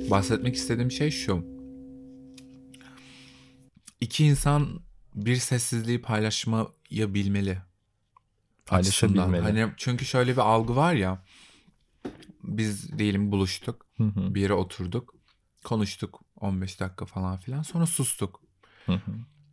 Bahsetmek istediğim şey şu. İki insan bir sessizliği paylaşmayabilmeli. Açısından. Paylaşabilmeli. Hani çünkü şöyle bir algı var ya. Biz diyelim buluştuk. Hı hı. Bir yere oturduk. Konuştuk 15 dakika falan filan. Sonra sustuk. Hı hı.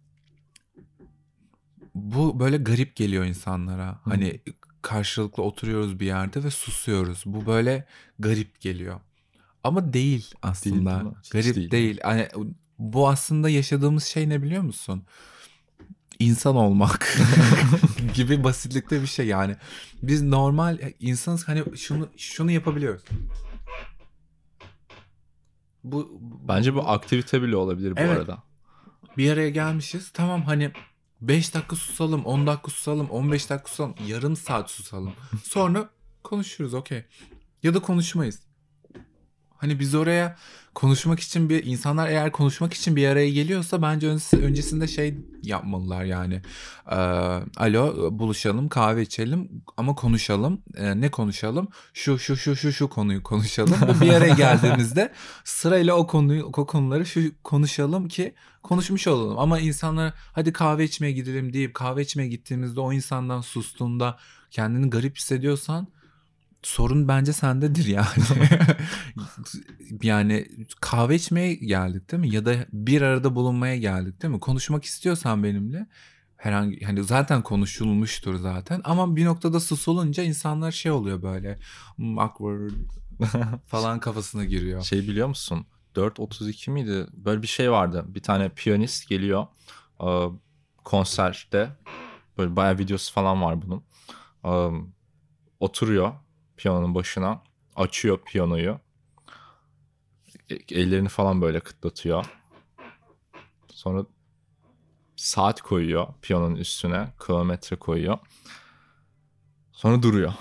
Bu böyle garip geliyor insanlara. Hı. Hani karşılıklı oturuyoruz bir yerde ve susuyoruz. Bu böyle garip geliyor. Ama değil aslında. Değil mi? Hiç Garip değil. değil. Hani bu aslında yaşadığımız şey ne biliyor musun? İnsan olmak gibi basitlikte bir şey yani. Biz normal insanız, hani şunu yapabiliyoruz. Bence bu aktivite bile olabilir bu Evet. arada. Bir araya gelmişiz. Tamam, hani 5 dakika susalım, 10 dakika susalım, 15 dakika susalım, yarım saat susalım. Sonra konuşuruz, okey. Ya da konuşmayız. Hani biz oraya konuşmak için insanlar eğer konuşmak için bir araya geliyorsa bence öncesinde şey yapmalılar yani. Alo, buluşalım, kahve içelim ama konuşalım. Ne konuşalım? Şu konuyu konuşalım. Ve bir araya geldiğimizde sırayla o konuları konuşalım ki konuşmuş olalım. Ama insanlar hadi kahve içmeye gidelim deyip kahve içmeye gittiğimizde o insandan sustuğunda kendini garip hissediyorsan sorun bence sendedir yani. Yani kahve içmeye geldik değil mi? Ya da bir arada bulunmaya geldik değil mi? Konuşmak istiyorsan benimle herhangi, hani zaten konuşulmuştur zaten, ama bir noktada susulunca insanlar şey oluyor böyle awkward falan kafasına giriyor. Şey biliyor musun? 4.32 miydi? Böyle bir şey vardı. Bir tane piyanist geliyor konserde. Böyle bayağı videosu falan var bunun. Oturuyor piyanonun başına. Açıyor piyanoyu. Ellerini falan böyle kıtlatıyor. Sonra saat koyuyor piyanonun üstüne. Kronometre koyuyor. Sonra duruyor.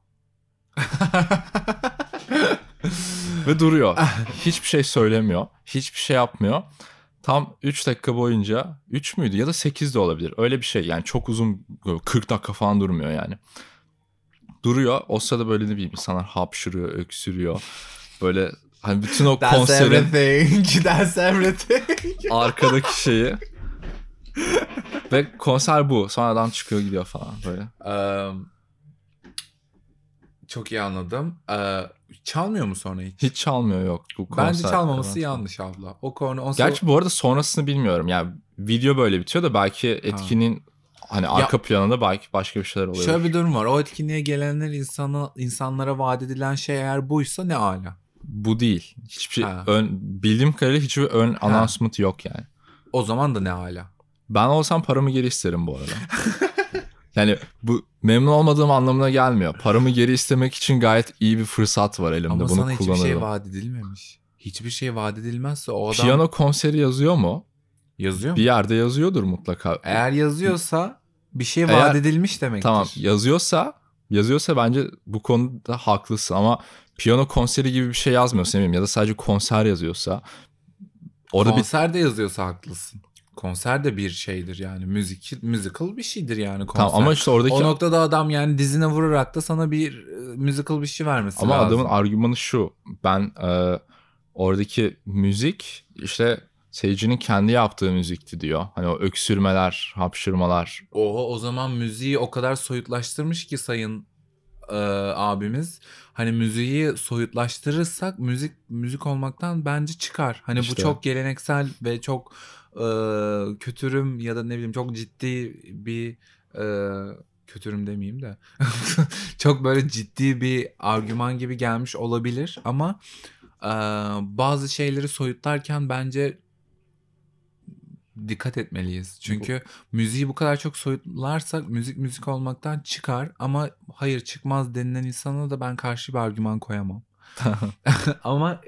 Ve duruyor. Hiçbir şey söylemiyor. Hiçbir şey yapmıyor. Tam 3 dakika boyunca, 3 müydü ya da 8 de olabilir. Öyle bir şey yani, çok uzun, 40 dakika falan durmuyor yani. Duruyor. O sırada böyle ne bileyim insanlar hapşırıyor, öksürüyor. Böyle hani bütün o konserin That's everything. arkadaki şeyi. Ve konser bu. Sonra adam çıkıyor gidiyor falan böyle. Çok iyi anladım. Çalmıyor mu sonra hiç? Hiç çalmıyor, yok. Bu Bence konser çalmaması yanlış abla. O konu Gerçi bu arada sonrasını bilmiyorum. Yani video böyle bitiyor da belki etkinin hani arka planında belki başka bir şeyler oluyor. Şöyle bir durum var. O etkinliğe gelenler insanlara vaat edilen şey eğer buysa ne ala. Bu değil. Hiçbir şey bildiğim kadarıyla hiçbir ön announcement yok yani. O zaman da ne ala. Ben olsam paramı geri isterim bu arada. Yani bu memnun olmadığım anlamına gelmiyor. Paramı geri istemek için gayet iyi bir fırsat var elimde. Ama bunu sana kullanırım. hiçbir şey vaat edilmemiş. Hiçbir şey vaat edilmezse o adam... Piyano konseri yazıyor mu? Yazıyor mu? Bir yerde yazıyordur mutlaka. Eğer yazıyorsa bir şey vaat edilmiş demektir. Tamam, yazıyorsa bence bu konuda haklısın, ama piyano konseri gibi bir şey yazmıyorsa, eminim, ya da sadece konser yazıyorsa orada konser de yazıyorsa haklısın. Konser de bir şeydir yani, musical bir şeydir yani konser. Tamam, ama işte oradaki o noktada adam yani dizine vurarak da sana bir musical bir şey vermesi ama lazım. Adamın argümanı şu: ben oradaki müzik işte seyircinin kendi yaptığı müzikti diyor. Hani o öksürmeler, hapşırmalar. O zaman müziği o kadar soyutlaştırmış ki sayın abimiz. Hani müziği soyutlaştırırsak müzik olmaktan bence çıkar. Hani İşte. Bu çok geleneksel ve çok kötürüm ya da ne bileyim çok ciddi bir kötürüm demeyeyim de çok böyle ciddi bir argüman gibi gelmiş olabilir, ama bazı şeyleri soyutlarken bence dikkat etmeliyiz. Çünkü müziği bu kadar çok soyutlarsak müzik olmaktan çıkar, ama hayır çıkmaz denilen insana da ben karşı bir argüman koyamam. Ama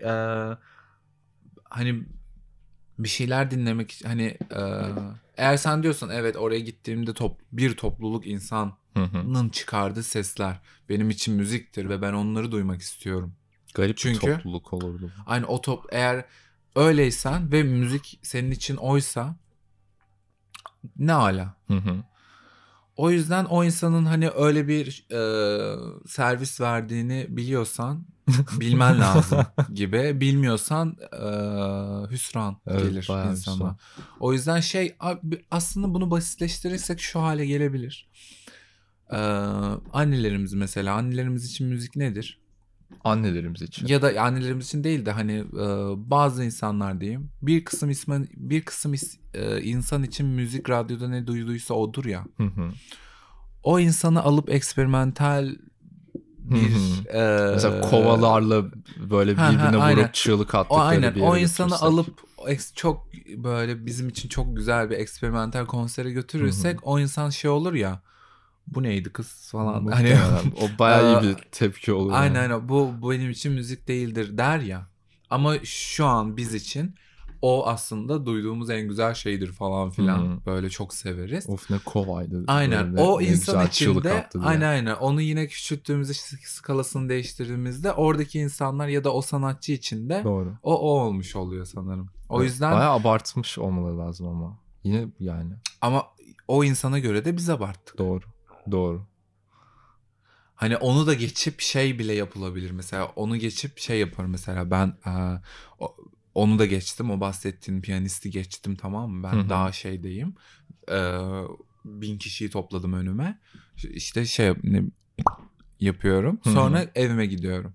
hani bir şeyler dinlemek için hani eğer sen diyorsan evet oraya gittiğimde bir topluluk insanın çıkardığı sesler benim için müziktir ve ben onları duymak istiyorum. Garip bir topluluk olurdu. Aynı eğer öyleysen ve müzik senin için oysa ne ala. O yüzden o insanın hani öyle bir servis verdiğini biliyorsan bilmen lazım gibi. Bilmiyorsan hüsran Evet, gelir bayağı insana. hüsran. O yüzden aslında bunu basitleştirirsek şu hale gelebilir. Annelerimiz mesela, annelerimiz için müzik nedir? Annelerimiz için. Ya da annelerimiz için değil de hani bazı insanlar diyeyim. Bir kısım insan için müzik radyoda ne duyduysa odur ya. Hı hı. O insanı alıp eksperimental bir Mesela kovalarla böyle birbirine aynen. vurup çığlık O attıkları aynen bir yere o insanı götürsek. alıp çok böyle bizim için çok güzel bir eksperimental konsere götürürsek o insan şey olur ya, bu neydi kız falan hani Muhtemelen. O bayağı iyi bir tepki olur. aynen Yani. aynen bu benim için müzik değildir der ya, ama şu an biz için o aslında duyduğumuz en güzel şeydir falan filan, böyle çok severiz. Of ne kovaydı. Aynen Böyle o ne insan güzel çığlık içinde attı diye. aynen onu yine küçülttüğümüzde, skalasını değiştirdiğimizde oradaki insanlar ya da o sanatçı içinde Doğru. o olmuş oluyor sanırım. O Evet, yüzden bayağı abartmış olmaları lazım ama. Yine yani. ama o insana göre de biz abarttık. Doğru. Hani onu da geçip şey bile yapılabilir mesela, onu geçip şey yaparım mesela ben onu da geçtim, o bahsettiğin piyanisti geçtim, tamam mı, ben daha şeydeyim, 1000 kişiyi topladım önüme, işte şey yapıyorum, sonra evime gidiyorum.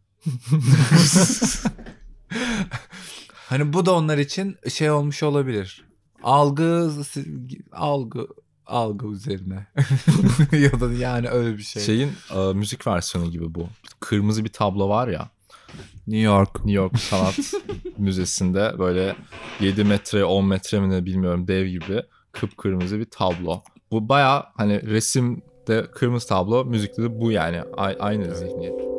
Hani bu da onlar için şey olmuş olabilir, algı üzerine ya da yani öyle bir şey. Şeyin müzik versiyonu gibi bu. Kırmızı bir tablo var ya. New York Sanat Müzesi'nde böyle 7 metre 10 metre mi ne bilmiyorum, dev gibi kıpkırmızı bir tablo. Bu bayağı hani resimde kırmızı tablo, müzikte de bu yani aynı zihniyet.